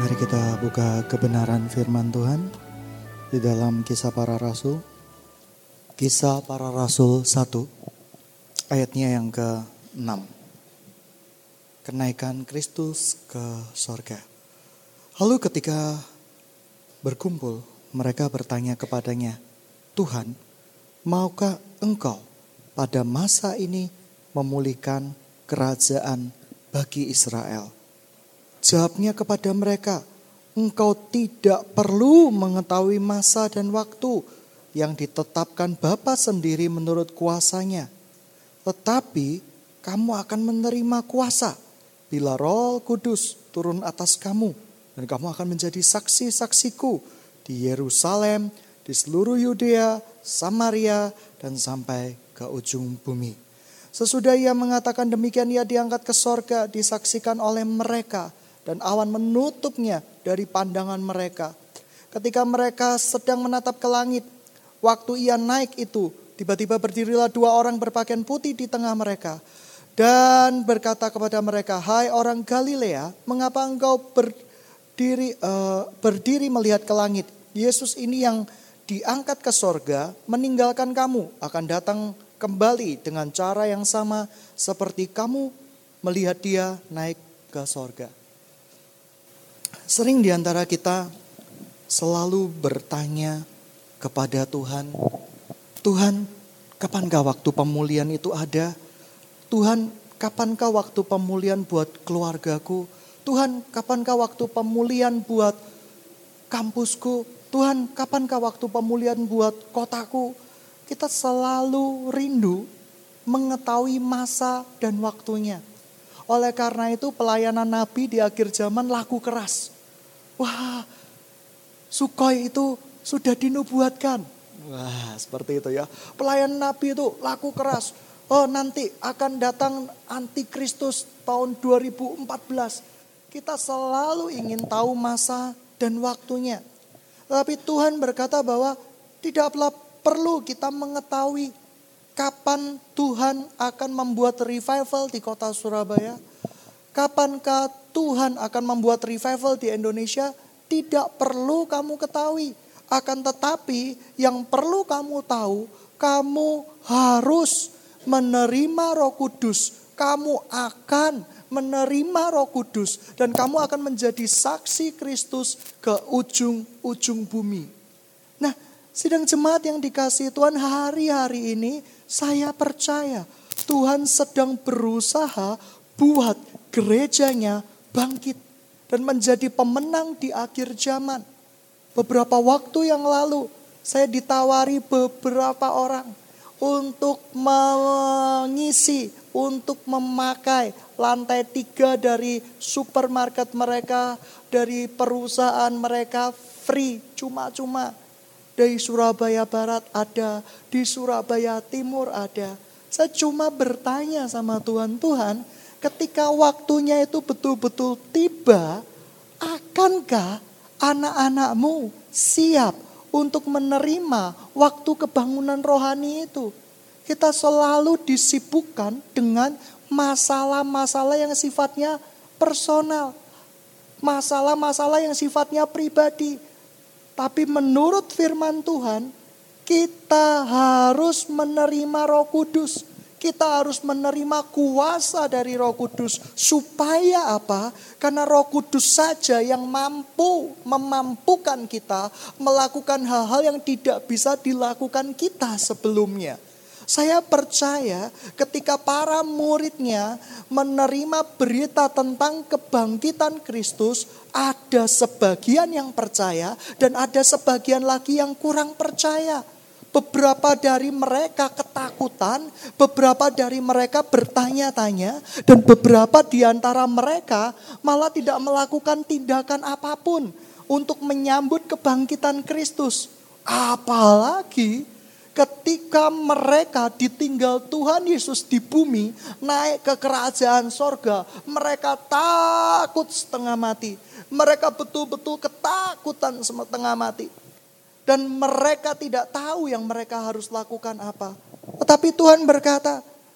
Mari kita buka kebenaran firman Tuhan di dalam Kisah Para Rasul. Kisah Para Rasul 1 ayatnya yang ke-6. Kenaikan Kristus ke sorga. Lalu ketika berkumpul, mereka bertanya kepadanya, Tuhan, maukah engkau pada masa ini memulihkan kerajaan bagi Israel? Jawabnya kepada mereka, engkau tidak perlu mengetahui masa dan waktu yang ditetapkan Bapa sendiri menurut kuasanya. Tetapi kamu akan menerima kuasa bila Roh Kudus turun atas kamu. Dan kamu akan menjadi saksi-saksiku di Yerusalem, di seluruh Yudea, Samaria, dan sampai ke ujung bumi. Sesudah ia mengatakan demikian, ia diangkat ke sorga, disaksikan oleh mereka. Dan awan menutupnya dari pandangan mereka. Ketika mereka sedang menatap ke langit, waktu ia naik itu, tiba-tiba berdirilah dua orang berpakaian putih di tengah mereka. Dan berkata kepada mereka, hai orang Galilea, mengapa engkau berdiri melihat ke langit? Yesus ini yang diangkat ke sorga, meninggalkan kamu, akan datang kembali dengan cara yang sama seperti kamu melihat dia naik ke sorga. Sering di antara kita selalu bertanya kepada Tuhan, Tuhan, kapankah waktu pemulihan itu ada? Tuhan, kapankah waktu pemulihan buat keluargaku? Tuhan, kapankah waktu pemulihan buat kampusku? Tuhan, kapankah waktu pemulihan buat kotaku? Kita selalu rindu mengetahui masa dan waktunya. Oleh karena itu pelayanan Nabi di akhir zaman laku keras. Wah, Sukhoi itu sudah dinubuatkan. Wah, seperti itu ya. Pelayanan Nabi itu laku keras. Oh, nanti akan datang antikristus tahun 2014. Kita selalu ingin tahu masa dan waktunya. Tapi Tuhan berkata bahwa tidaklah perlu kita mengetahui kapan Tuhan akan membuat revival di kota Surabaya. Kapankah Tuhan akan membuat revival di Indonesia? Tidak perlu kamu ketahui. Akan tetapi yang perlu kamu tahu, kamu harus menerima Roh Kudus. Kamu akan menerima Roh Kudus. Dan kamu akan menjadi saksi Kristus ke ujung-ujung bumi. Nah, sidang jemaat yang dikasihi Tuhan, hari-hari ini saya percaya Tuhan sedang berusaha buat gerejanya bangkit dan menjadi pemenang di akhir zaman. Beberapa waktu yang lalu saya ditawari beberapa orang untuk mengisi, untuk memakai lantai 3 dari supermarket mereka, dari perusahaan mereka free, cuma-cuma. Dari Surabaya Barat ada, di Surabaya Timur ada. Saya cuma bertanya sama Tuhan, Tuhan, ketika waktunya itu betul-betul tiba, akankah anak-anakmu siap untuk menerima waktu kebangunan rohani itu? Kita selalu disibukkan dengan masalah-masalah yang sifatnya personal. Masalah-masalah yang sifatnya pribadi. Tapi menurut firman Tuhan, kita harus menerima Roh Kudus. Kita harus menerima kuasa dari Roh Kudus. Supaya apa? Karena Roh Kudus saja yang memampukan kita melakukan hal-hal yang tidak bisa dilakukan kita sebelumnya. Saya percaya ketika para muridnya menerima berita tentang kebangkitan Kristus, ada sebagian yang percaya dan ada sebagian lagi yang kurang percaya. Beberapa dari mereka ketakutan, beberapa dari mereka bertanya-tanya, dan beberapa di antara mereka malah tidak melakukan tindakan apapun untuk menyambut kebangkitan Kristus. Apalagi ketika mereka ditinggal Tuhan Yesus di bumi, naik ke kerajaan sorga, mereka takut setengah mati. Mereka betul-betul ketakutan setengah mati. Dan mereka tidak tahu yang mereka harus lakukan apa. Tetapi Tuhan berkata,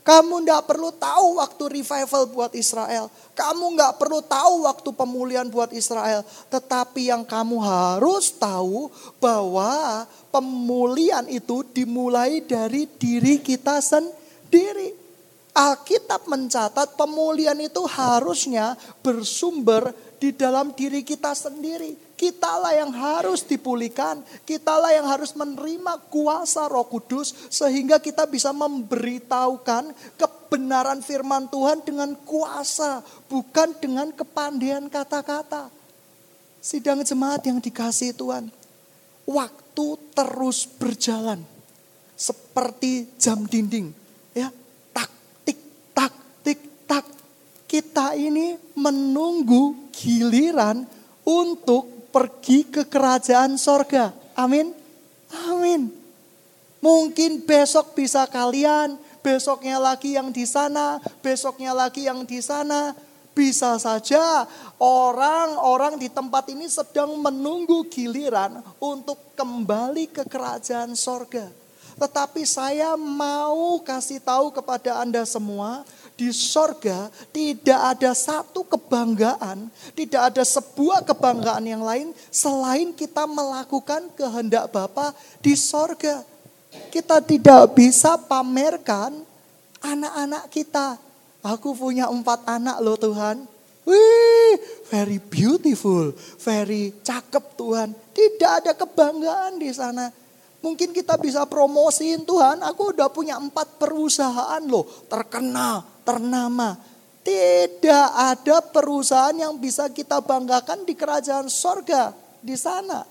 Kamu nggak perlu tahu waktu revival buat Israel. Kamu nggak perlu tahu waktu pemulihan buat Israel. Tetapi yang kamu harus tahu bahwa pemulihan itu dimulai dari diri kita sendiri. Alkitab mencatat pemulihan itu harusnya bersumber di dalam diri kita sendiri. Kitalah yang harus dipulihkan. Kitalah yang harus menerima kuasa Roh Kudus. Sehingga kita bisa memberitahukan kebenaran firman Tuhan dengan kuasa. Bukan dengan kepandaian kata-kata. Sidang jemaat yang dikasihi Tuhan. Waktu terus berjalan. Seperti jam dinding. Ya, tak, tik, tak, tik, tak. Kita ini menunggu giliran untuk pergi ke kerajaan sorga. Amin. Amin. Mungkin besok bisa kalian, besoknya lagi yang di sana, besoknya lagi yang di sana. Bisa saja orang-orang di tempat ini sedang menunggu giliran untuk kembali ke kerajaan sorga. Tetapi saya mau kasih tahu kepada Anda semua, di sorga tidak ada satu kebanggaan, tidak ada sebuah kebanggaan yang lain selain kita melakukan kehendak Bapa di sorga. Kita tidak bisa pamerkan anak-anak kita. Aku punya 4 anak loh Tuhan. Wih, very beautiful, very cakep Tuhan. Tidak ada kebanggaan di sana. Mungkin kita bisa promosiin Tuhan, aku udah punya 4 perusahaan loh, terkenal, ternama. Tidak ada perusahaan yang bisa kita banggakan di kerajaan sorga di sana.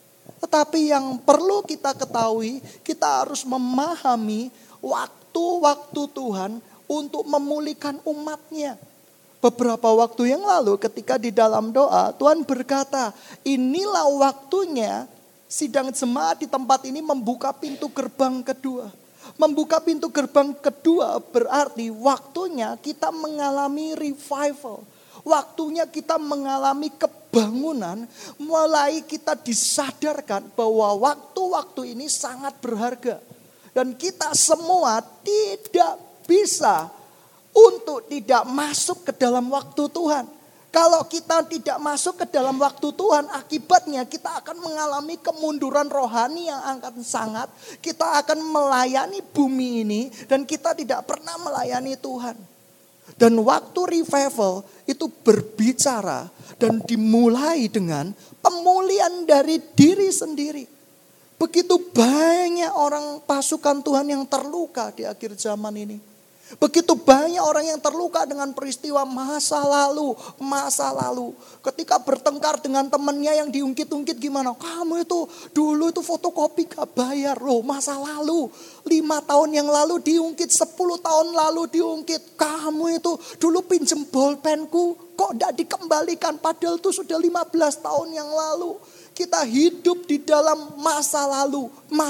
Tetapi yang perlu kita ketahui, kita harus memahami waktu-waktu Tuhan untuk memulihkan umatnya. Beberapa waktu yang lalu ketika di dalam doa, Tuhan berkata, inilah waktunya sidang jemaat di tempat ini membuka pintu gerbang kedua. Membuka pintu gerbang kedua berarti waktunya kita mengalami revival. Waktunya kita mengalami kebangunan. Mulai kita disadarkan bahwa waktu-waktu ini sangat berharga. Dan kita semua tidak bisa untuk tidak masuk ke dalam waktu Tuhan. Kalau kita tidak masuk ke dalam waktu Tuhan, akibatnya kita akan mengalami kemunduran rohani yang akan sangat. Kita akan melayani bumi ini dan kita tidak pernah melayani Tuhan. Dan waktu revival itu berbicara dan dimulai dengan pemulihan dari diri sendiri. Begitu banyak orang pasukan Tuhan yang terluka di akhir zaman ini. Begitu banyak orang yang terluka dengan peristiwa masa lalu. Ketika bertengkar dengan temannya yang diungkit-ungkit gimana? Kamu itu dulu itu fotokopi gak bayar loh, masa lalu. 5 tahun yang lalu diungkit, 10 tahun lalu diungkit. Kamu itu dulu pinjem bolpenku kok gak dikembalikan. Padahal itu sudah 15 tahun yang lalu. Kita hidup di dalam masa lalu.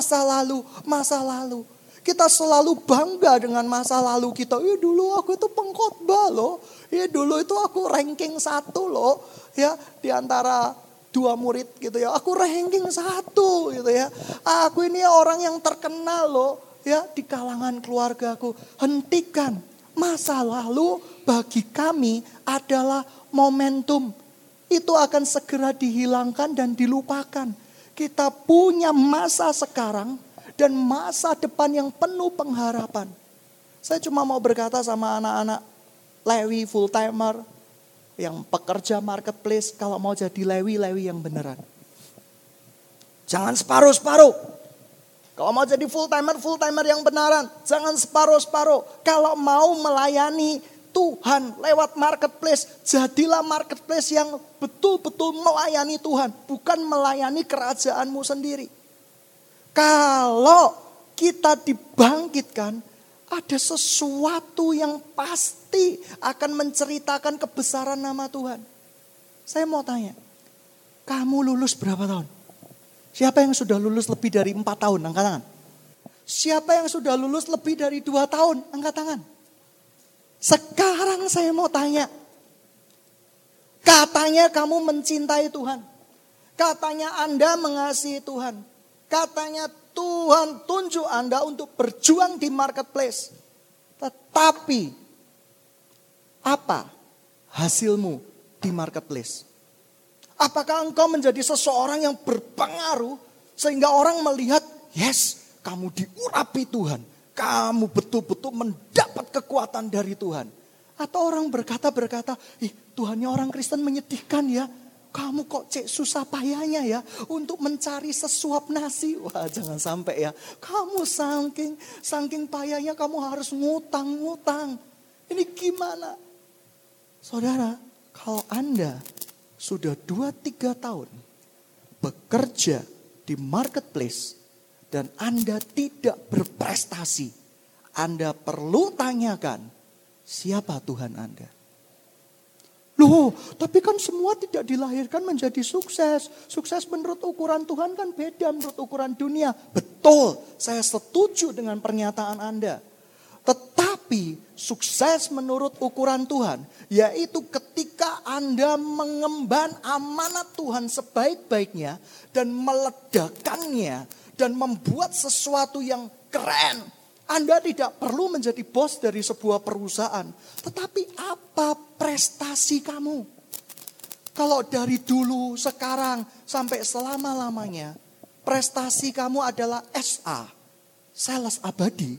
Kita selalu bangga dengan masa lalu kita. Dulu aku itu pengkhotbah loh. Dulu itu aku ranking 1 loh. Ya, di antara 2 murid gitu ya. Aku ranking 1 gitu ya. Aku ini orang yang terkenal loh. Ya, di kalangan keluargaku. Hentikan. Masa lalu bagi kami adalah momentum. Itu akan segera dihilangkan dan dilupakan. Kita punya masa sekarang dan masa depan yang penuh pengharapan. Saya cuma mau berkata sama anak-anak Lewi full timer, yang pekerja marketplace, kalau mau jadi Lewi yang beneran. Jangan separuh-separuh. Kalau mau jadi full timer yang beneran. Jangan separuh-separuh. Kalau mau melayani Tuhan lewat marketplace, jadilah marketplace yang betul-betul melayani Tuhan, bukan melayani kerajaanmu sendiri. Kalau kita dibangkitkan, ada sesuatu yang pasti akan menceritakan kebesaran nama Tuhan. Saya mau tanya, kamu lulus berapa tahun? Siapa yang sudah lulus lebih dari 4 tahun? Angkat tangan. Siapa yang sudah lulus lebih dari 2 tahun? Angkat tangan. Sekarang saya mau tanya, katanya kamu mencintai Tuhan. Katanya Anda mengasihi Tuhan. Katanya Tuhan tunjuk Anda untuk berjuang di marketplace. Tetapi apa hasilmu di marketplace? Apakah engkau menjadi seseorang yang berpengaruh sehingga orang melihat, yes, kamu diurapi Tuhan. Kamu betul-betul mendapat kekuatan dari Tuhan. Atau orang berkata, Tuhannya orang Kristen menyedihkan ya. Kamu kok susah payahnya ya untuk mencari sesuap nasi. Wah, jangan sampai ya. Kamu saking payahnya kamu harus ngutang. Ini gimana? Saudara, kalau Anda sudah 2-3 tahun bekerja di marketplace dan Anda tidak berprestasi, Anda perlu tanyakan, siapa Tuhan Anda? Loh, tapi kan semua tidak dilahirkan menjadi sukses. Sukses menurut ukuran Tuhan kan beda menurut ukuran dunia. Betul, saya setuju dengan pernyataan Anda. Tetapi sukses menurut ukuran Tuhan, yaitu ketika Anda mengemban amanat Tuhan sebaik-baiknya dan meledakkannya dan membuat sesuatu yang keren. Anda tidak perlu menjadi bos dari sebuah perusahaan. Tetapi apa prestasi kamu? Kalau dari dulu, sekarang, sampai selama-lamanya, prestasi kamu adalah SA, sales abadi.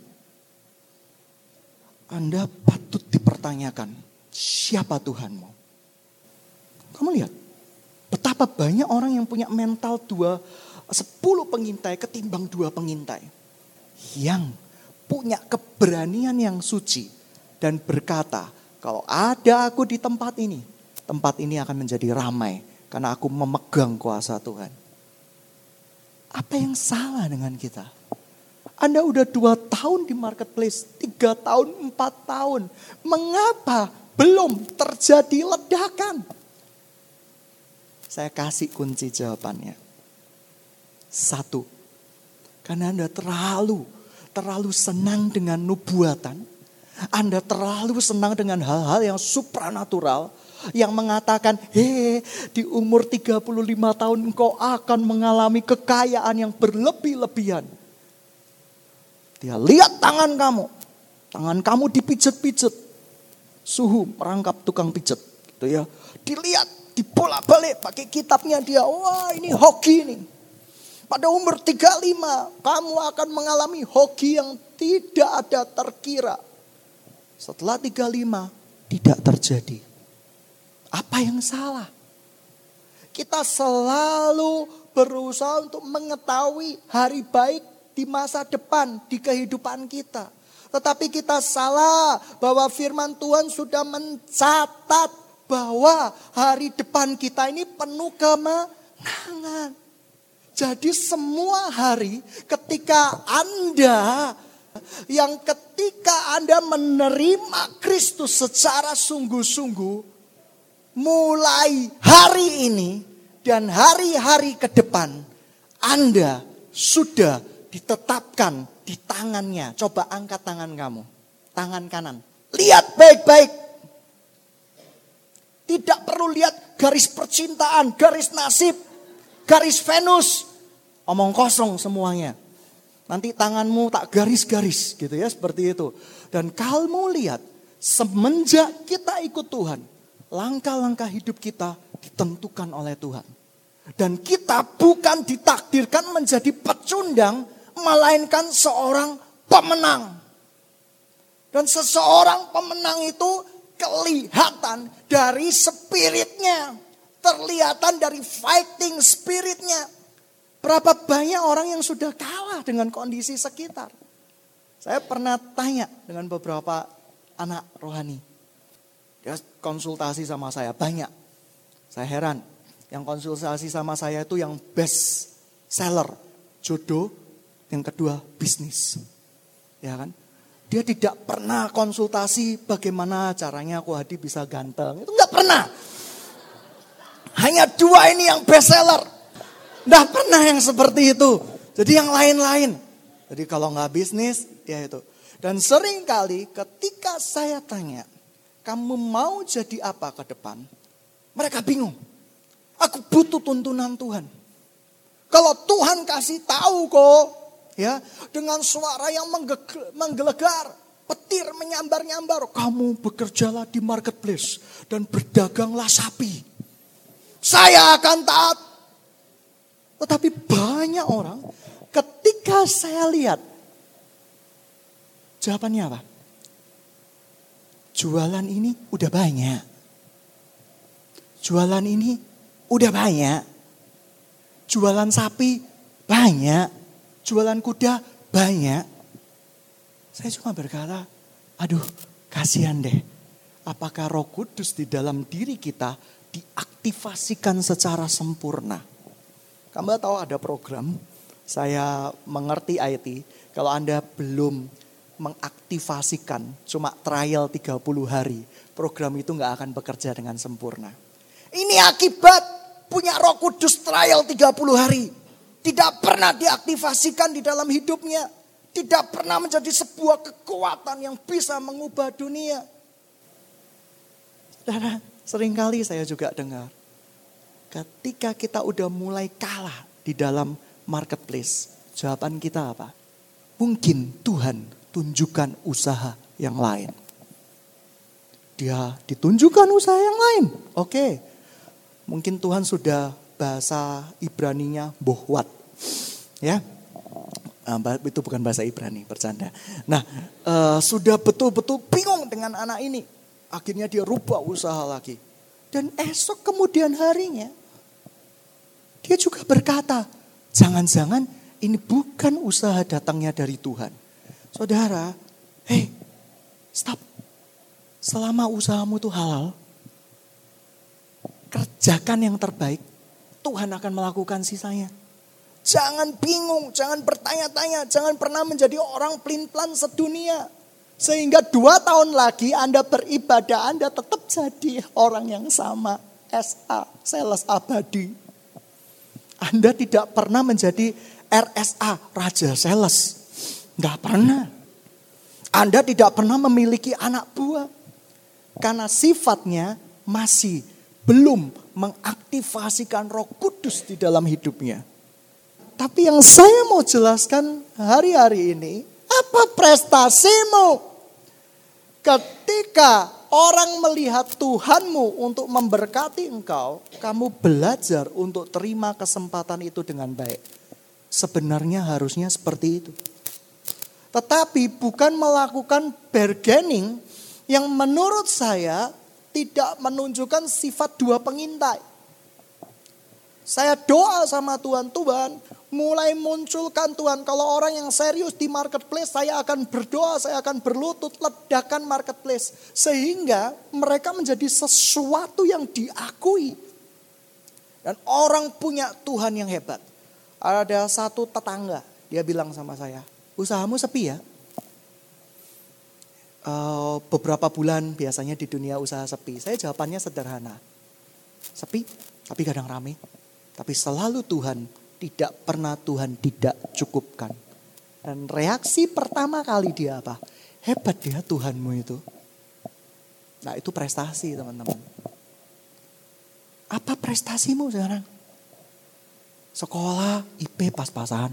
Anda patut dipertanyakan, siapa Tuhanmu? Kamu lihat, betapa banyak orang yang punya mental 10 pengintai ketimbang 2 pengintai. Yang punya keberanian yang suci dan berkata, kalau ada aku di tempat ini akan menjadi ramai karena aku memegang kuasa Tuhan. Apa yang salah dengan kita? Anda udah 2 tahun di marketplace, 3 tahun, 4 tahun. Mengapa belum terjadi ledakan? Saya kasih kunci jawabannya. 1, karena Anda terlalu senang dengan nubuatan. Anda terlalu senang dengan hal-hal yang supranatural. Yang mengatakan, di umur 35 tahun engkau akan mengalami kekayaan yang berlebih-lebihan. Dia lihat tangan kamu dipijat-pijat. Suhu merangkap tukang pijat. Gitu ya. Dilihat, dibolak-balik pakai kitabnya dia. Wah, ini hoki nih. Pada umur 35, kamu akan mengalami hoki yang tidak ada terkira. Setelah 35, tidak terjadi. Apa yang salah? Kita selalu berusaha untuk mengetahui hari baik di masa depan, di kehidupan kita. Tetapi kita salah bahwa firman Tuhan sudah mencatat bahwa hari depan kita ini penuh kemenangan. Jadi semua hari ketika Anda menerima Kristus secara sungguh-sungguh, mulai hari ini dan hari-hari ke depan, Anda sudah ditetapkan di tangannya. Coba angkat tangan kamu, tangan kanan. Lihat baik-baik. Tidak perlu lihat garis percintaan, garis nasib, garis Venus, omong kosong semuanya. Nanti tanganmu tak garis-garis gitu ya, seperti itu. Dan kamu lihat, semenjak kita ikut Tuhan, langkah-langkah hidup kita ditentukan oleh Tuhan. Dan kita bukan ditakdirkan menjadi pecundang, melainkan seorang pemenang. Dan seseorang pemenang itu kelihatan dari spiritnya. Terlihatan dari fighting spiritnya. Berapa banyak orang yang sudah kalah dengan kondisi sekitar. Saya pernah tanya dengan beberapa anak rohani. Dia konsultasi sama saya banyak. Saya heran. Yang konsultasi sama saya itu yang best seller. Jodoh. Yang kedua bisnis. Ya kan? Dia tidak pernah konsultasi bagaimana caranya aku Hadi bisa ganteng. Itu enggak pernah. Hanya 2 ini yang best seller. Nggak pernah yang seperti itu. Jadi yang lain-lain. Jadi kalau nggak bisnis, ya itu. Dan seringkali ketika saya tanya, kamu mau jadi apa ke depan? Mereka bingung. Aku butuh tuntunan Tuhan. Kalau Tuhan kasih tahu kok, ya, dengan suara yang menggelegar, Petir menyambar-nyambar. Kamu bekerjalah di marketplace dan berdaganglah sapi. Saya akan taat. Tetapi banyak orang ketika saya lihat, jawabannya apa? Jualan ini udah banyak. Jualan ini udah banyak. Jualan sapi banyak. Jualan kuda banyak. Saya cuma berkata, aduh kasihan deh. Apakah Roh Kudus di dalam diri kita diaktifasikan secara sempurna? Kamu tahu ada program, saya mengerti IT, kalau Anda belum mengaktifasikan cuma trial 30 hari, program itu gak akan bekerja dengan sempurna. Ini akibat punya Roh Kudus trial 30 hari. Tidak pernah diaktifasikan di dalam hidupnya. Tidak pernah menjadi sebuah kekuatan yang bisa mengubah dunia. Saudara, seringkali saya juga dengar. Ketika kita udah mulai kalah di dalam marketplace, jawaban kita apa? Mungkin Tuhan tunjukkan usaha yang lain. Dia ditunjukkan usaha yang lain. Oke. Mungkin Tuhan sudah bahasa Ibraninya bohwat. Ya. Itu bukan bahasa Ibrani, bercanda. Nah, sudah betul-betul bingung dengan anak ini. Akhirnya dia rubah usaha lagi. Dan esok kemudian harinya, dia juga berkata, jangan-jangan ini bukan usaha datangnya dari Tuhan. Saudara, stop. Selama usahamu itu halal, kerjakan yang terbaik, Tuhan akan melakukan sisanya. Jangan bingung, jangan bertanya-tanya, jangan pernah menjadi orang pelin-pelan sedunia. Sehingga 2 tahun lagi Anda beribadah, Anda tetap jadi orang yang sama. SA, sales abadi. Anda tidak pernah menjadi RSA, raja sales. Enggak pernah. Anda tidak pernah memiliki anak buah. Karena sifatnya masih belum mengaktifasikan Roh Kudus di dalam hidupnya. Tapi yang saya mau jelaskan hari-hari ini, apa prestasimu? Ketika orang melihat Tuhanmu untuk memberkati engkau, kamu belajar untuk terima kesempatan itu dengan baik. Sebenarnya harusnya seperti itu. Tetapi bukan melakukan bargaining yang menurut saya tidak menunjukkan sifat dua pengintai. Saya doa sama Tuhan, Tuhan mulai munculkan Tuhan. Kalau orang yang serius di marketplace, saya akan berdoa, saya akan berlutut, ledakan marketplace. Sehingga mereka menjadi sesuatu yang diakui. Dan orang punya Tuhan yang hebat. Ada satu tetangga, dia bilang sama saya, usahamu sepi ya? Beberapa bulan biasanya di dunia usaha sepi. Saya jawabannya sederhana. Sepi, tapi kadang rame. Tapi selalu Tuhan, tidak pernah Tuhan tidak cukupkan. Dan reaksi pertama kali dia apa? Hebat dia Tuhanmu itu. Nah itu prestasi teman-teman. Apa prestasimu sekarang? Sekolah IP pas-pasan.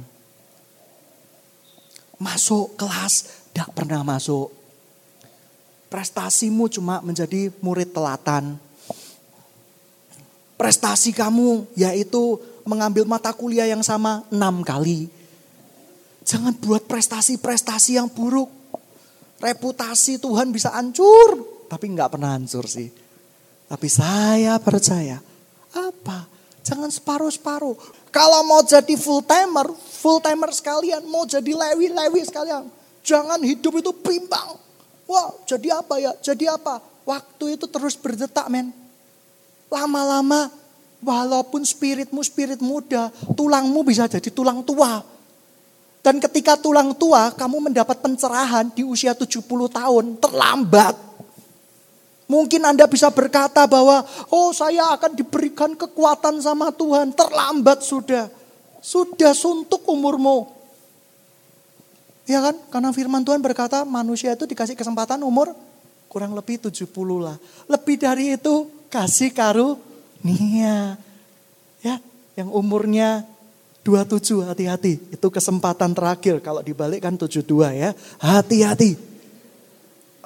Masuk kelas, tidak pernah masuk. Prestasimu cuma menjadi murid telatan. Prestasi kamu yaitu mengambil mata kuliah yang sama 6 kali. Jangan buat prestasi-prestasi yang buruk. Reputasi Tuhan bisa hancur. Tapi gak pernah hancur sih. Tapi saya percaya. Apa? Jangan separuh-separuh. Kalau mau jadi full timer sekalian. Mau jadi lewi sekalian. Jangan hidup itu bimbang. Wah jadi apa ya? Jadi apa? Waktu itu terus berdetak men. Lama-lama walaupun spiritmu spirit muda, tulangmu bisa jadi tulang tua. Dan ketika tulang tua kamu mendapat pencerahan di usia 70 tahun, terlambat. Mungkin Anda bisa berkata bahwa, oh saya akan diberikan kekuatan sama Tuhan. Terlambat sudah. Sudah suntuk umurmu. Ya kan? Karena firman Tuhan berkata manusia itu dikasih kesempatan umur kurang lebih 70 lah. Lebih dari itu kasih karunia. Ya, yang umurnya 27 hati-hati. Itu kesempatan terakhir. Kalau dibalik kan 72 ya. Hati-hati.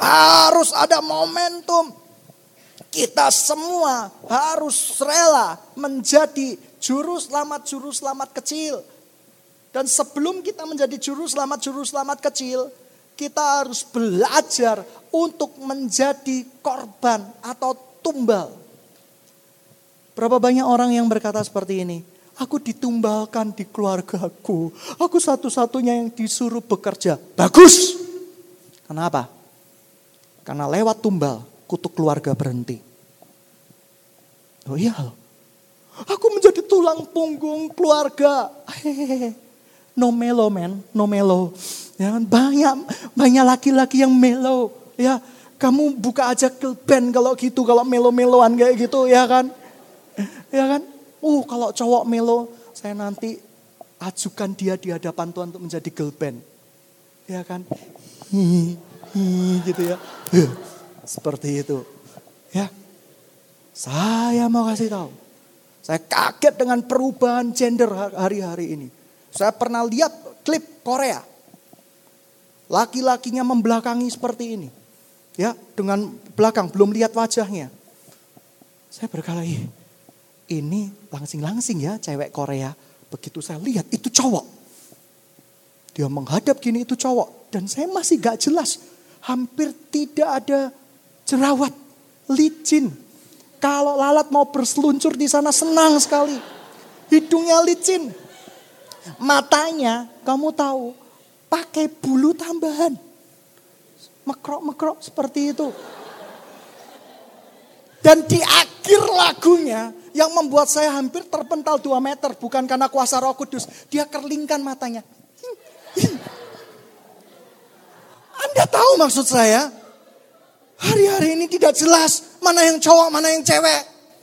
Harus ada momentum. Kita semua harus rela menjadi juru selamat kecil. Dan sebelum kita menjadi juru selamat kecil, kita harus belajar untuk menjadi korban atau tumbal. Berapa banyak orang yang berkata seperti ini, aku ditumbalkan di keluargaku, aku satu-satunya yang disuruh bekerja. Bagus! Kenapa? Karena lewat tumbal, kutuk keluarga berhenti. Oh iya loh, aku menjadi tulang punggung keluarga. No melo man, no melo. Ya, banyak laki-laki yang melo. Ya, kamu buka aja girl band kalau gitu, kalau melo-meloan kayak gitu, ya kan? Ya kan? Kalau cowok melo, saya nanti ajukan dia di hadapan Tuhan untuk menjadi girl band. Ya kan? Gitu ya. Seperti itu. Ya. Saya mau kasih tahu. Saya kaget dengan perubahan gender hari-hari ini. Saya pernah lihat klip Korea. Laki-lakinya membelakangi seperti ini. Ya, dengan belakang, belum lihat wajahnya. Saya berkata, ini langsing-langsing ya cewek Korea. Begitu saya lihat, itu cowok. Dia menghadap gini, itu cowok. Dan saya masih gak jelas. Hampir tidak ada jerawat, licin. Kalau lalat mau berseluncur di sana senang sekali. Hidungnya licin. Matanya, kamu tahu, pakai bulu tambahan. Mekrok-mekrok seperti itu. Dan di akhir lagunya, yang membuat saya hampir terpental 2 meter. Bukan karena kuasa Roh Kudus. Dia kerlingkan matanya. Anda tahu maksud saya? Hari-hari ini tidak jelas mana yang cowok, mana yang cewek.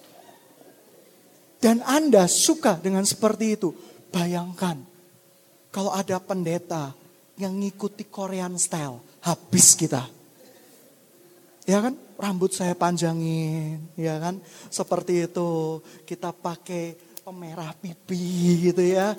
Dan Anda suka dengan seperti itu. Bayangkan, kalau ada pendeta yang ngikuti Korean style, habis kita. Ya kan, rambut saya panjangin, ya kan, seperti itu. Kita pakai pemerah pipi gitu ya,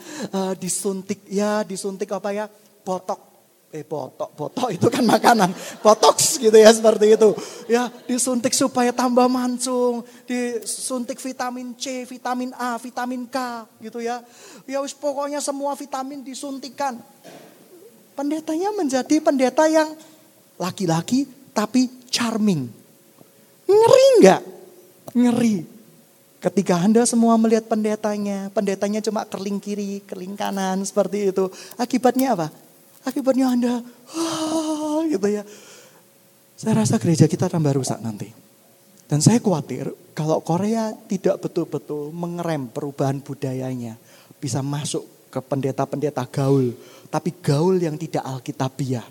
disuntik apa ya, botok itu kan makanan, botox gitu ya, seperti itu. Ya, disuntik supaya tambah mancung, disuntik vitamin C, vitamin A, vitamin K gitu ya. Ya wis pokoknya semua vitamin disuntikan. Pendetanya menjadi pendeta yang laki-laki tapi charming. Ngeri enggak? Ngeri. Ketika Anda semua melihat pendetanya cuma kerling kiri, kerling kanan seperti itu. Akibatnya apa? Akibatnya Anda, gitu ya. Saya rasa gereja kita tambah rusak nanti. Dan saya khawatir kalau Korea tidak betul-betul mengerem perubahan budayanya. Bisa masuk ke pendeta-pendeta gaul. Tapi gaul yang tidak alkitabiah.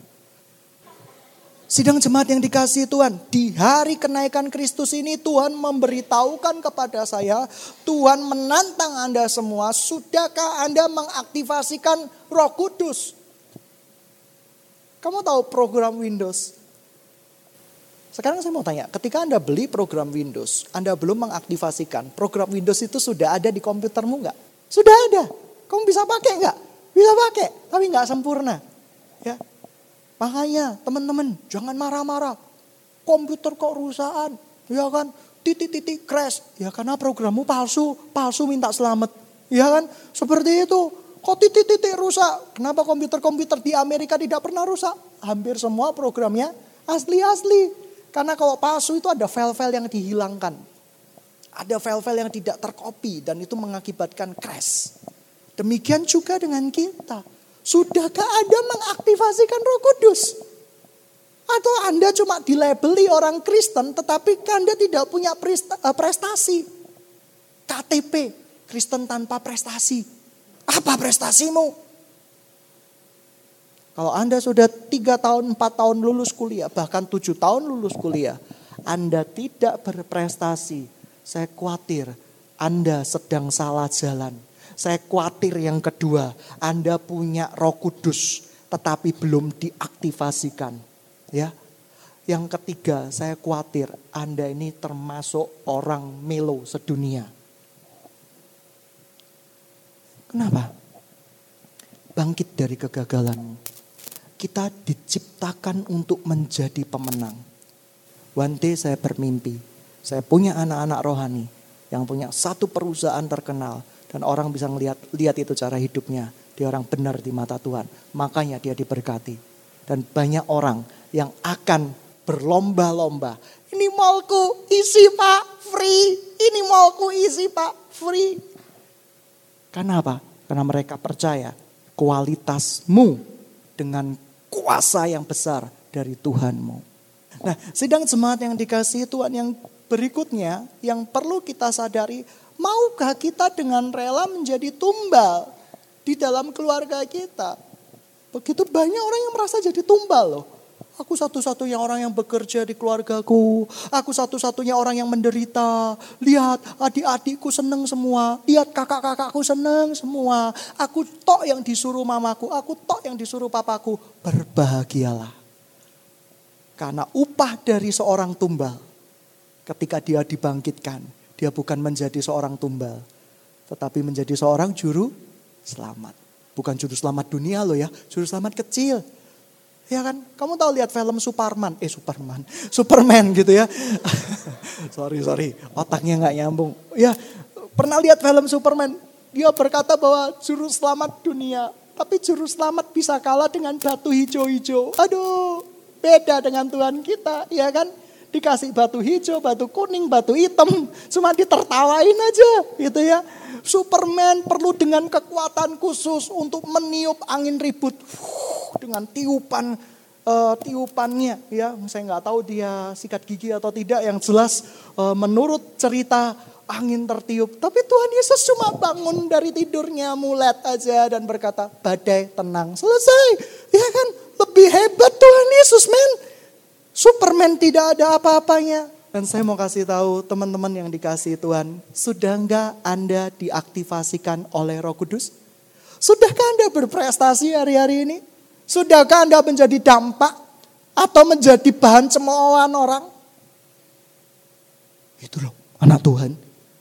Sidang jemaat yang dikasihi Tuhan. Di hari kenaikan Kristus ini Tuhan memberitahukan kepada saya. Tuhan menantang Anda semua. Sudahkah Anda mengaktifasikan Roh Kudus? Kamu tahu program Windows? Sekarang saya mau tanya, ketika Anda beli program Windows, Anda belum mengaktifasikan, program Windows itu sudah ada di komputermu enggak? Sudah ada. Kamu bisa pakai enggak? Bisa pakai, tapi enggak sempurna. Ya. Makanya teman-teman, jangan marah-marah. Komputer kok rusakan, ya kan? Titik-titik crash, ya karena programmu palsu minta selamat. Ya kan? Seperti itu. Kok titik-titik rusak? Kenapa komputer-komputer di Amerika tidak pernah rusak? Hampir semua programnya asli-asli. Karena kalau palsu itu ada file-file yang dihilangkan. Ada file-file yang tidak tercopy dan itu mengakibatkan crash. Demikian juga dengan kita. Sudahkah Anda mengaktifasikan Roh Kudus? Atau Anda cuma dilabeli orang Kristen tetapi Anda tidak punya prestasi? KTP, Kristen tanpa prestasi. Apa prestasimu? Kalau Anda sudah 3 tahun, 4 tahun lulus kuliah, bahkan 7 tahun lulus kuliah, Anda tidak berprestasi, saya khawatir Anda sedang salah jalan. Saya khawatir yang kedua, Anda punya Roh Kudus, tetapi belum diaktifasikan. Ya. Yang ketiga, saya khawatir Anda ini termasuk orang melo sedunia. Kenapa? Bangkit dari kegagalanmu. Kita diciptakan untuk menjadi pemenang. One day saya bermimpi, saya punya anak-anak rohani yang punya satu perusahaan terkenal. Dan orang bisa lihat itu cara hidupnya. Dia orang benar di mata Tuhan. Makanya dia diberkati. Dan banyak orang yang akan berlomba-lomba. Ini mallku isi Pak, free. Ini mallku isi Pak, free. Karena apa? Karena mereka percaya kualitasmu dengan kuasa yang besar dari Tuhanmu. Nah, sidang jemaat yang dikasihi Tuhan, yang berikutnya yang perlu kita sadari, maukah kita dengan rela menjadi tumbal di dalam keluarga kita? Begitu banyak orang yang merasa jadi tumbal loh. Aku satu-satunya orang yang bekerja di keluargaku. Aku satu-satunya orang yang menderita. Lihat adik-adikku seneng semua. Lihat kakak-kakakku seneng semua. Aku tok yang disuruh mamaku. Aku tok yang disuruh papaku. Berbahagialah. Karena upah dari seorang tumbal, ketika dia dibangkitkan, dia bukan menjadi seorang tumbal, tetapi menjadi seorang juru selamat. Bukan juru selamat dunia loh ya, juru selamat kecil. Ya kan, kamu tahu lihat film Superman gitu ya. sorry, otaknya nggak nyambung. Ya, pernah lihat film Superman? Dia berkata bahwa juru selamat dunia, tapi juru selamat bisa kalah dengan batu hijau-hijau. Aduh, beda dengan Tuhan kita, ya kan? Dikasih batu hijau, batu kuning, batu hitam, cuma ditertawain aja, gitu ya. Superman perlu dengan kekuatan khusus untuk meniup angin ribut dengan tiupannya, ya. Saya nggak tahu dia sikat gigi atau tidak. Yang jelas menurut cerita angin tertiup. Tapi Tuhan Yesus cuma bangun dari tidurnya, mulet aja dan berkata, badai tenang, selesai. Ya kan, lebih hebat Tuhan Yesus, men. Superman tidak ada apa-apanya. Dan saya mau kasih tahu teman-teman yang dikasihi Tuhan, sudah enggak Anda diaktifasikan oleh Roh Kudus? Sudahkah Anda berprestasi hari-hari ini? Sudahkah Anda menjadi dampak atau menjadi bahan cemoohan orang? Itu loh anak Tuhan.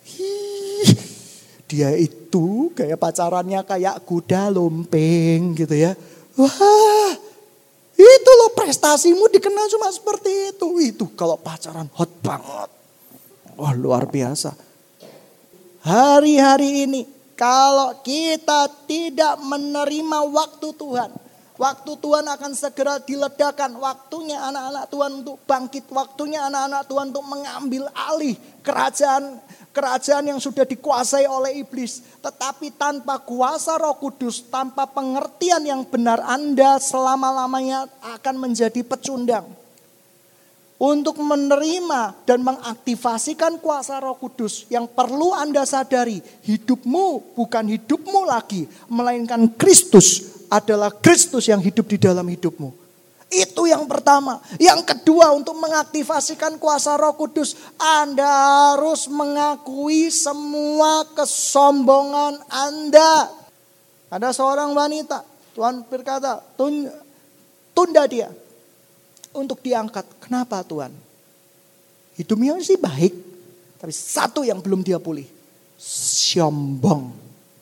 Dia itu kayak pacarannya kayak kuda lumping gitu ya. Wah, itu loh prestasimu dikenal cuma seperti itu. Itu kalau pacaran hot banget. Wah, luar biasa. Hari-hari ini kalau kita tidak menerima waktu Tuhan, waktu Tuhan akan segera diledakkan. Waktunya anak-anak Tuhan untuk bangkit. Waktunya anak-anak Tuhan untuk mengambil alih kerajaan yang sudah dikuasai oleh iblis. Tetapi tanpa kuasa Roh Kudus, tanpa pengertian yang benar, Anda selama-lamanya akan menjadi pecundang. Untuk menerima dan mengaktifasikan kuasa Roh Kudus, yang perlu Anda sadari, hidupmu bukan hidupmu lagi, melainkan Kristus adalah Kristus yang hidup di dalam hidupmu. Itu yang pertama. Yang kedua, untuk mengaktifasikan kuasa Roh Kudus, Anda harus mengakui semua kesombongan Anda. Ada seorang wanita, Tuhan berkata, tunda dia untuk diangkat. Kenapa Tuhan? Hidupnya sih baik, tapi satu yang belum dia pulih. Sombong.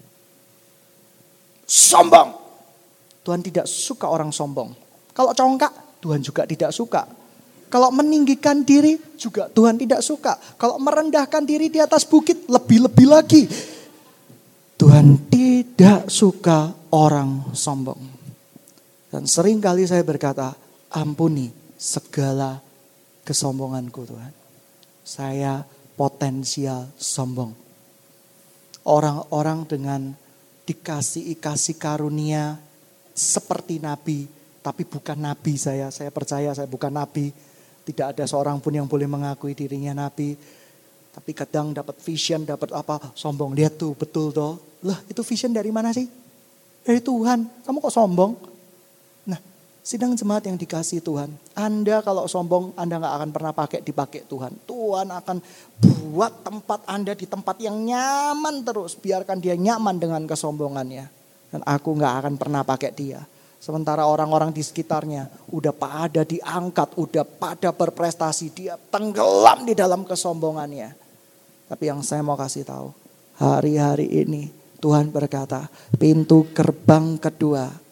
Tuhan tidak suka orang sombong. Kalau congkak, Tuhan juga tidak suka. Kalau meninggikan diri, juga Tuhan tidak suka. Kalau merendahkan diri di atas bukit, lebih-lebih lagi. Tuhan tidak suka orang sombong. Dan sering kali saya berkata, ampuni segala kesombonganku Tuhan. Saya potensial sombong. Orang-orang dengan dikasih karunia seperti nabi, tapi bukan nabi saya percaya saya bukan nabi. Tidak ada seorang pun yang boleh mengakui dirinya nabi. Tapi kadang dapat vision, dapat apa, sombong. Lihat tuh, betul toh. Lah, itu vision dari mana sih? Dari Tuhan. Kamu kok sombong? Nah, sidang jemaat yang dikasihi Tuhan, Anda kalau sombong, Anda gak akan pernah dipakai Tuhan. Tuhan akan buat tempat Anda di tempat yang nyaman terus. Biarkan dia nyaman dengan kesombongannya. Dan aku gak akan pernah pakai dia. Sementara orang-orang di sekitarnya udah pada diangkat, udah pada berprestasi. Dia tenggelam di dalam kesombongannya. Tapi yang saya mau kasih tahu, hari-hari ini Tuhan berkata, pintu gerbang kedua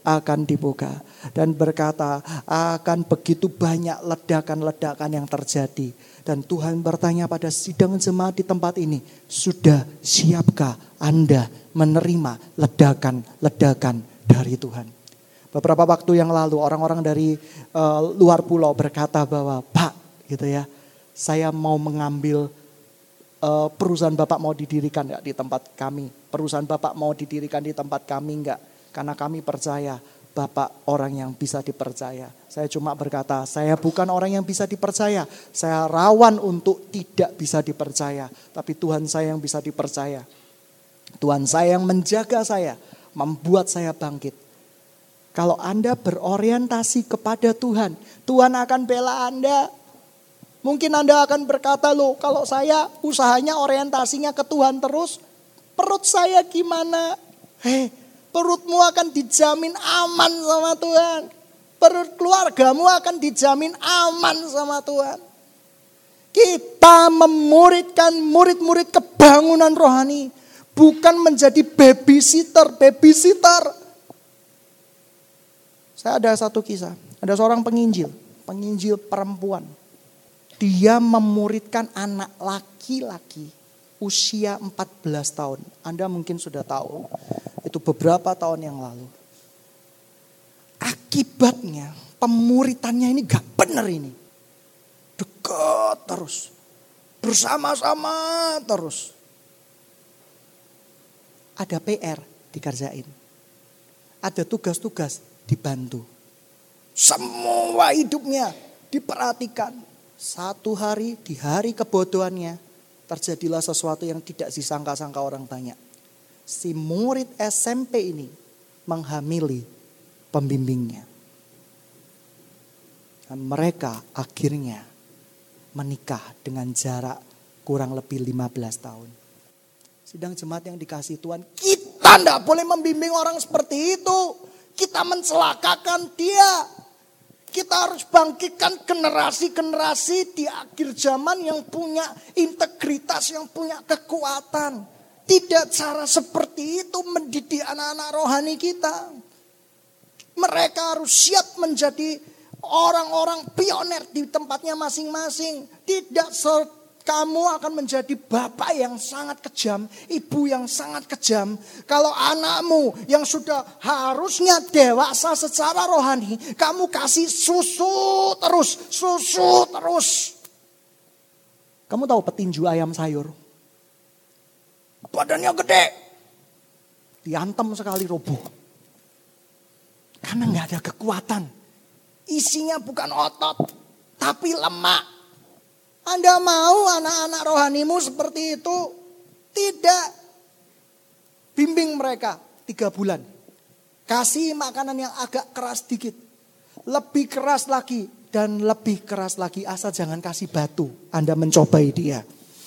akan dibuka. Dan berkata akan begitu banyak ledakan-ledakan yang terjadi. Dan Tuhan bertanya pada sidang jemaat di tempat ini, sudah siapkah Anda menerima ledakan-ledakan dari Tuhan? Beberapa waktu yang lalu orang-orang dari luar pulau berkata bahwa, Pak, gitu ya, saya mau mengambil perusahaan Bapak mau didirikan enggak di tempat kami? Perusahaan Bapak mau didirikan di tempat kami enggak? Karena kami percaya Bapak orang yang bisa dipercaya. Saya cuma berkata, saya bukan orang yang bisa dipercaya. Saya rawan untuk tidak bisa dipercaya. Tapi Tuhan saya yang bisa dipercaya. Tuhan saya yang menjaga saya, membuat saya bangkit. Kalau Anda berorientasi kepada Tuhan, Tuhan akan bela Anda. Mungkin Anda akan berkata, loh kalau saya usahanya orientasinya ke Tuhan terus, perut saya gimana? Perutmu akan dijamin aman sama Tuhan. Perut keluargamu akan dijamin aman sama Tuhan. Kita memuridkan murid-murid kebangunan rohani. Bukan menjadi babysitter. Saya ada satu kisah. Ada seorang penginjil perempuan. Dia memuridkan anak laki-laki usia 14 tahun. Anda mungkin sudah tahu. Itu beberapa tahun yang lalu. Akibatnya pemuritannya ini gak benar ini. Dekat terus. Bersama-sama terus. Ada PR dikerjain. Ada tugas-tugas dibantu. Semua hidupnya diperhatikan. Satu hari, di hari kebodohannya, terjadilah sesuatu yang tidak disangka-sangka orang banyak. Si murid SMP ini menghamili pembimbingnya. Dan mereka akhirnya menikah dengan jarak kurang lebih 15 tahun. Sidang jemaat yang dikasihi Tuhan, kita tidak boleh membimbing orang seperti itu. Kita mencelakakan dia. Kita harus bangkitkan generasi-generasi di akhir zaman yang punya integritas, yang punya kekuatan. Tidak cara seperti itu mendidik anak-anak rohani kita. Mereka harus siap menjadi orang-orang pioner di tempatnya masing-masing. Tidak kamu akan menjadi bapak yang sangat kejam, ibu yang sangat kejam. Kalau anakmu yang sudah harusnya dewasa secara rohani, kamu kasih susu terus. Kamu tahu petinju ayam sayur? Badannya gede. Diantem sekali roboh. Karena gak ada kekuatan. Isinya bukan otot, tapi lemak. Anda mau anak-anak rohanimu seperti itu? Tidak. Bimbing mereka 3 bulan. Kasih makanan yang agak keras dikit. Lebih keras lagi dan lebih keras lagi. Asal jangan kasih batu. Anda mencobai dia.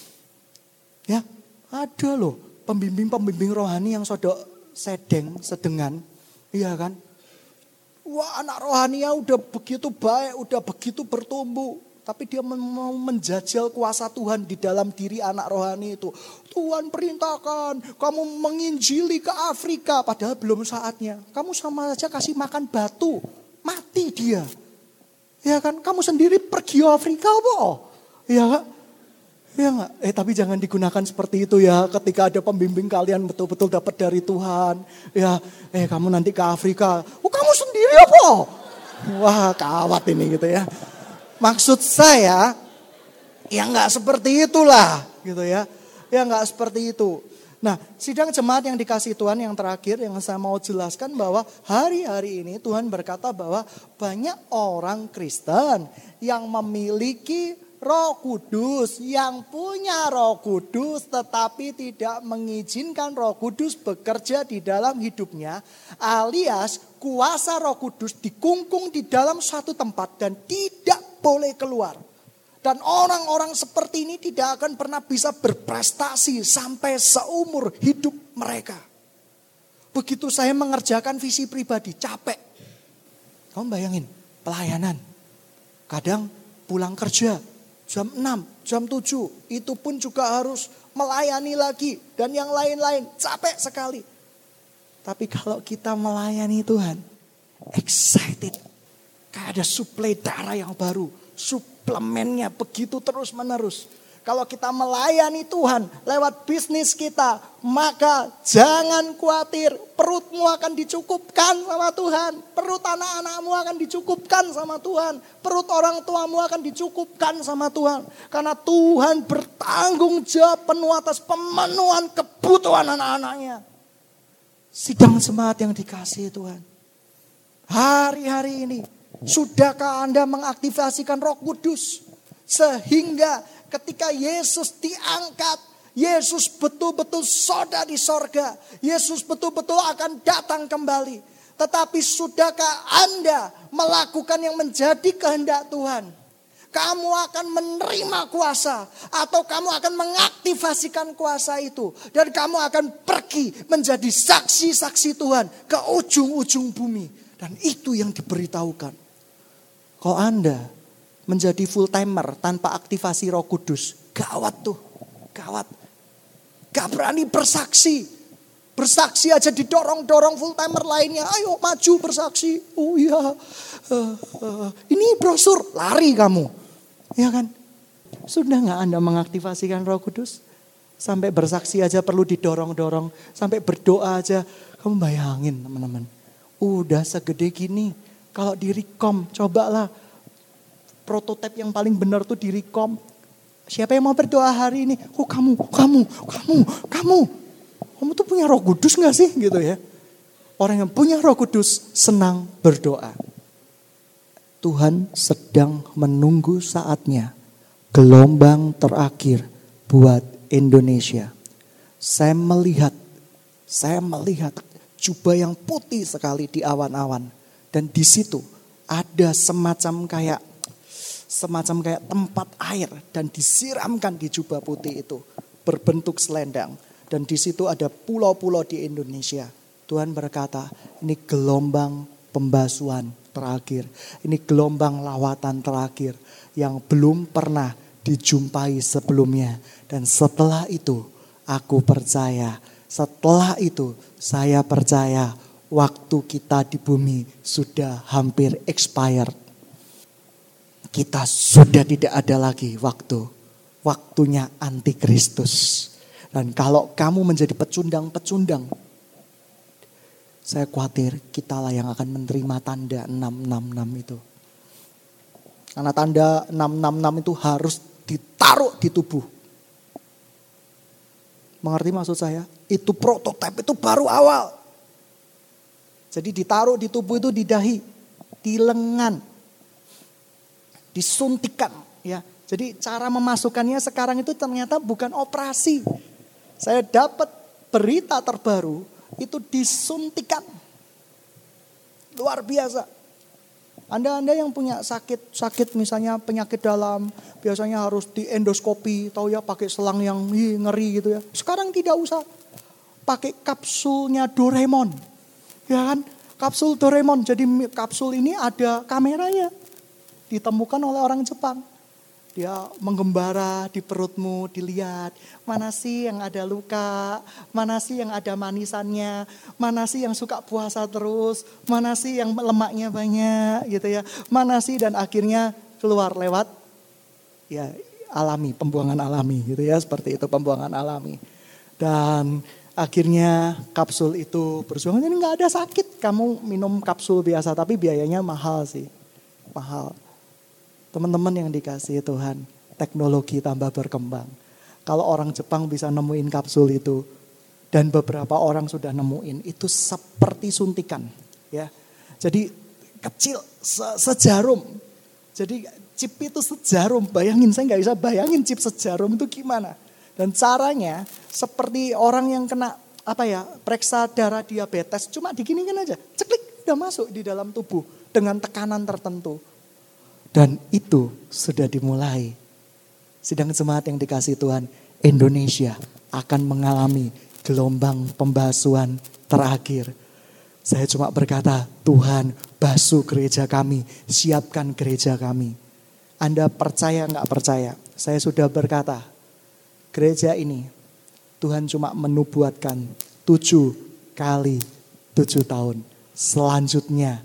Ya, ada loh pembimbing-pembimbing rohani yang sedengan. Iya kan? Wah, anak rohaninya udah begitu baik, udah begitu bertumbuh. Tapi dia mau menjajal kuasa Tuhan di dalam diri anak rohani itu. Tuhan perintahkan kamu menginjili ke Afrika. Padahal belum saatnya. Kamu sama saja kasih makan batu. Mati dia. Ya kan? Kamu sendiri pergi Afrika apa? Ya kan? Ya enggak? Tapi jangan digunakan seperti itu ya. Ketika ada pembimbing kalian betul-betul dapat dari Tuhan. Ya, kamu nanti ke Afrika. Kamu sendiri apa? Wah, kawat ini gitu ya. Maksud saya, ya enggak seperti itulah gitu ya. Ya enggak seperti itu. Nah, sidang jemaat yang dikasihi Tuhan yang terakhir yang saya mau jelaskan bahwa hari-hari ini Tuhan berkata bahwa banyak orang Kristen yang memiliki Roh Kudus, yang punya Roh Kudus tetapi tidak mengizinkan Roh Kudus bekerja di dalam hidupnya, alias kuasa Roh Kudus dikungkung di dalam suatu tempat dan tidak boleh keluar. Dan orang-orang seperti ini tidak akan pernah bisa berprestasi sampai seumur hidup mereka. Begitu saya mengerjakan visi pribadi, capek. Kamu bayangin, pelayanan. Kadang pulang kerja jam 6, jam 7. Itu pun juga harus melayani lagi. Dan yang lain-lain, capek sekali. Tapi kalau kita melayani Tuhan, excited. Kayak ada suplai darah yang baru. Suplemennya begitu terus menerus. Kalau kita melayani Tuhan lewat bisnis kita, maka jangan khawatir. Perutmu akan dicukupkan sama Tuhan. Perut anak-anakmu akan dicukupkan sama Tuhan. Perut orang tuamu akan dicukupkan sama Tuhan. Karena Tuhan bertanggung jawab penuh atas pemenuhan kebutuhan anak-anaknya. Sidang jemaat yang dikasihi Tuhan. Hari-hari ini, sudahkah Anda mengaktifasikan Roh Kudus? Sehingga ketika Yesus diangkat, Yesus betul-betul soda di sorga. Yesus betul-betul akan datang kembali. Tetapi sudahkah Anda melakukan yang menjadi kehendak Tuhan? Kamu akan menerima kuasa atau kamu akan mengaktifasikan kuasa itu. Dan kamu akan pergi menjadi saksi-saksi Tuhan ke ujung-ujung bumi. Dan itu yang diberitahukan. Kalau Anda menjadi full timer tanpa aktivasi Roh Kudus, gawat tuh, gawat. Gak berani bersaksi. Bersaksi aja didorong-dorong full timer lainnya. Ayo maju bersaksi. Oh iya, ini brosur, lari kamu. Ya kan? Sudah gak Anda mengaktifasikan Roh Kudus? Sampai bersaksi aja perlu didorong-dorong. Sampai berdoa aja. Kamu bayangin teman-teman. Udah segede gini. Kalau di Recom, cobalah. Prototipe yang paling benar tuh di Recom. Siapa yang mau berdoa hari ini? Oh kamu. Kamu tuh punya Roh Kudus gak sih? Gitu ya. Orang yang punya Roh Kudus senang berdoa. Tuhan sedang menunggu saatnya. Gelombang terakhir buat Indonesia. Saya melihat jubah yang putih sekali di awan-awan. Dan di situ ada semacam kayak tempat air dan disiramkan di jubah putih itu berbentuk selendang dan di situ ada pulau-pulau di Indonesia. Tuhan berkata, ini gelombang pembasuhan terakhir, ini gelombang lawatan terakhir yang belum pernah dijumpai sebelumnya. Dan setelah itu aku percaya, setelah itu saya percaya waktu kita di bumi sudah hampir expired. Kita sudah tidak ada lagi waktu. Waktunya antikristus. Dan kalau kamu menjadi pecundang-pecundang, saya khawatir kitalah yang akan menerima tanda 666 itu. Karena tanda 666 itu harus ditaruh di tubuh. Mengerti maksud saya? Itu prototipe, itu baru awal. Jadi ditaruh di tubuh itu di dahi, di lengan. Disuntikan ya. Jadi cara memasukkannya sekarang itu ternyata bukan operasi. Saya dapat berita terbaru itu disuntikan. Luar biasa. Anda yang punya sakit misalnya penyakit dalam, biasanya harus di endoskopi, tahu ya pakai selang yang ngeri gitu ya. Sekarang tidak usah. Pakai kapsulnya Doraemon. Ya kan? Kapsul Doraemon. Jadi kapsul ini ada kameranya. Ditemukan oleh orang Jepang. Dia menggembara di perutmu, dilihat mana sih yang ada luka, mana sih yang ada manisannya, mana sih yang suka puasa terus, mana sih yang lemaknya banyak gitu ya. Mana sih dan akhirnya keluar lewat ya alami, pembuangan alami gitu ya, seperti itu pembuangan alami. Dan akhirnya kapsul itu berjuang, jadi nggak ada sakit, kamu minum kapsul biasa tapi biayanya mahal sih, mahal. Teman-teman yang dikasihi Tuhan, teknologi tambah berkembang. Kalau orang Jepang bisa nemuin kapsul itu, dan beberapa orang sudah nemuin, itu seperti suntikan. Ya, jadi kecil, sejarum. Jadi chip itu sejarum, bayangin, saya nggak bisa bayangin chip sejarum itu gimana. Dan caranya seperti orang yang kena periksa darah diabetes, cuma diginikan aja, ceklik, udah masuk di dalam tubuh dengan tekanan tertentu. Dan itu sudah dimulai. Sidang jemaat yang dikasihi Tuhan, Indonesia akan mengalami gelombang pembasuhan terakhir. Saya cuma berkata, Tuhan basuh gereja kami, siapkan gereja kami. Anda percaya nggak percaya? Saya sudah berkata, gereja ini Tuhan cuma menubuatkan 7 kali 7 tahun. Selanjutnya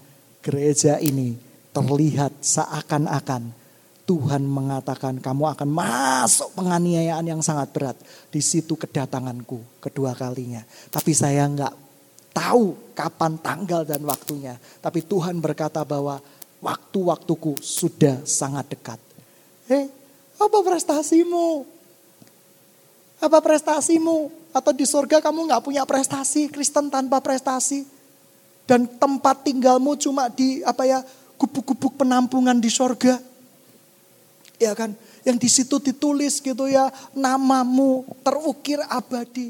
gereja ini terlihat seakan-akan Tuhan mengatakan kamu akan masuk penganiayaan yang sangat berat. Di situ kedatanganku kedua kalinya. Tapi saya enggak tahu kapan tanggal dan waktunya. Tapi Tuhan berkata bahwa waktu-waktuku sudah sangat dekat. Apa prestasimu? Apa prestasimu? Atau di surga kamu enggak punya prestasi, Kristen tanpa prestasi. Dan tempat tinggalmu cuma di gubuk-gubuk penampungan di surga. Ya kan, yang di situ ditulis gitu ya, namamu terukir abadi.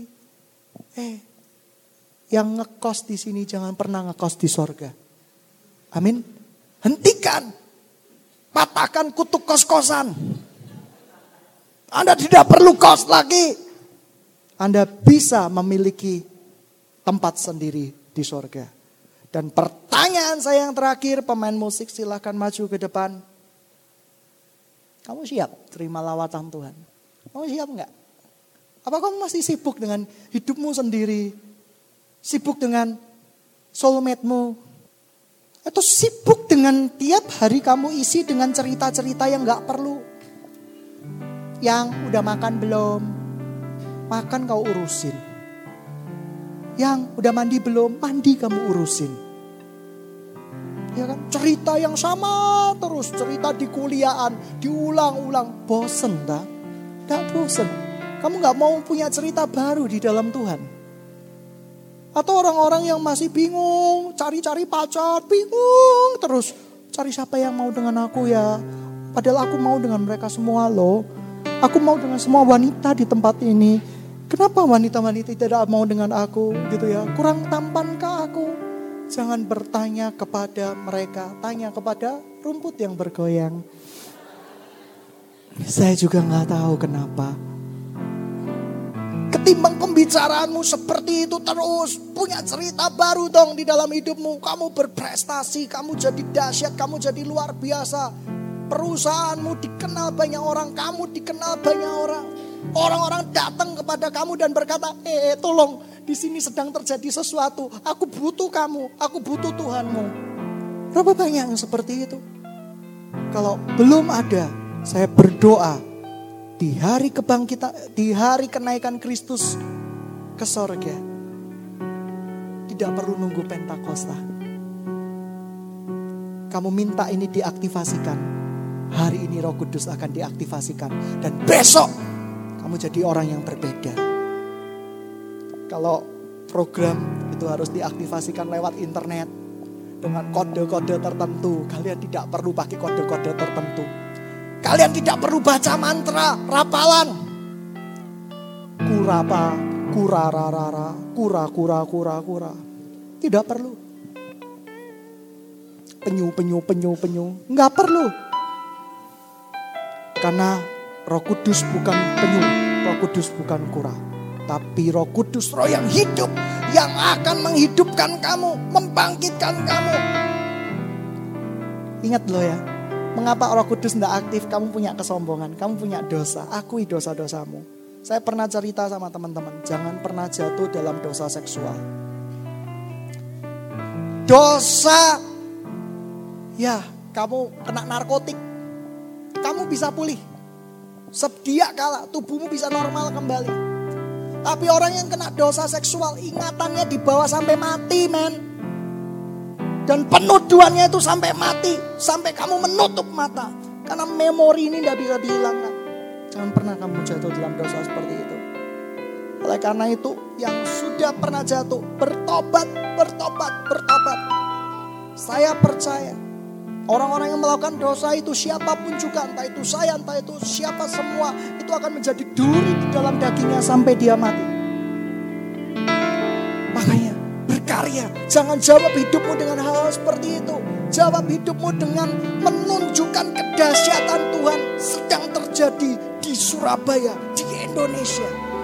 Yang ngekos di sini jangan pernah ngekos di sorga. Amin. Hentikan, patahkan kutuk kos-kosan. Anda tidak perlu kos lagi. Anda bisa memiliki tempat sendiri di sorga. Dan pertanyaan saya yang terakhir, pemain musik silakan maju ke depan. Kamu siap terima lawatan Tuhan? Kamu siap enggak? Apa kamu masih sibuk dengan hidupmu sendiri? Sibuk dengan soulmate-mu? Atau sibuk dengan tiap hari kamu isi dengan cerita-cerita yang enggak perlu? Yang udah makan belum? Makan kau urusin. Yang udah mandi belum? Mandi kamu urusin. Ya kan? Cerita yang sama terus, cerita di kuliahan, diulang-ulang. Bosen tak? Gak bosen. Kamu gak mau punya cerita baru di dalam Tuhan? Atau orang-orang yang masih bingung, cari-cari pacar, bingung terus. Cari siapa yang mau dengan aku ya? Padahal aku mau dengan mereka semua loh. Aku mau dengan semua wanita di tempat ini. Kenapa wanita-wanita tidak mau dengan aku gitu ya? Kurang tampankah aku? Jangan bertanya kepada mereka, tanya kepada rumput yang bergoyang. Saya juga gak tahu kenapa. Ketimbang pembicaraanmu seperti itu terus, punya cerita baru dong di dalam hidupmu. Kamu berprestasi, kamu jadi dahsyat, kamu jadi luar biasa. Perusahaanmu dikenal banyak orang, kamu dikenal banyak orang. Orang-orang datang kepada kamu dan berkata, tolong. Di sini sedang terjadi sesuatu. Aku butuh kamu. Aku butuh Tuhanmu. Berapa banyak yang seperti itu? Kalau belum ada, saya berdoa di hari kebangkitan, di hari kenaikan Kristus ke sorga. Tidak perlu nunggu Pentakosta. Kamu minta ini diaktifasikan. Hari ini Roh Kudus akan diaktifasikan. Dan besok kamu jadi orang yang berbeda. Kalau program itu harus diaktifasikan lewat internet dengan kode-kode tertentu, kalian tidak perlu pakai kode-kode tertentu. Kalian tidak perlu baca mantra, rapalan. Kurapa, kurararara, kura. Tidak perlu. Penyu. Enggak perlu. Karena Roh Kudus bukan penyu, Roh Kudus bukan kura. Tapi Roh Kudus, Roh yang hidup, yang akan menghidupkan kamu, membangkitkan kamu. Ingat loh ya, mengapa Roh Kudus tidak aktif? Kamu punya kesombongan, kamu punya dosa. Akui dosa-dosamu. Saya pernah cerita sama teman-teman, jangan pernah jatuh dalam dosa seksual. Dosa, ya kamu kena narkotik, kamu bisa pulih. Sedia kala tubuhmu bisa normal kembali. Tapi orang yang kena dosa seksual, ingatannya dibawa sampai mati, men. Dan penuduhannya itu sampai mati. Sampai kamu menutup mata. Karena memori ini tidak bisa dihilangkan. Jangan pernah kamu jatuh dalam dosa seperti itu. Oleh karena itu, yang sudah pernah jatuh, bertobat. Saya percaya, orang-orang yang melakukan dosa itu siapapun juga, entah itu saya, entah itu siapa semua, itu akan menjadi duri di dalam dagingnya sampai dia mati. Makanya berkarya, jangan jawab hidupmu dengan hal seperti itu. Jawab hidupmu dengan menunjukkan kedahsyatan Tuhan sedang terjadi di Surabaya, di Indonesia.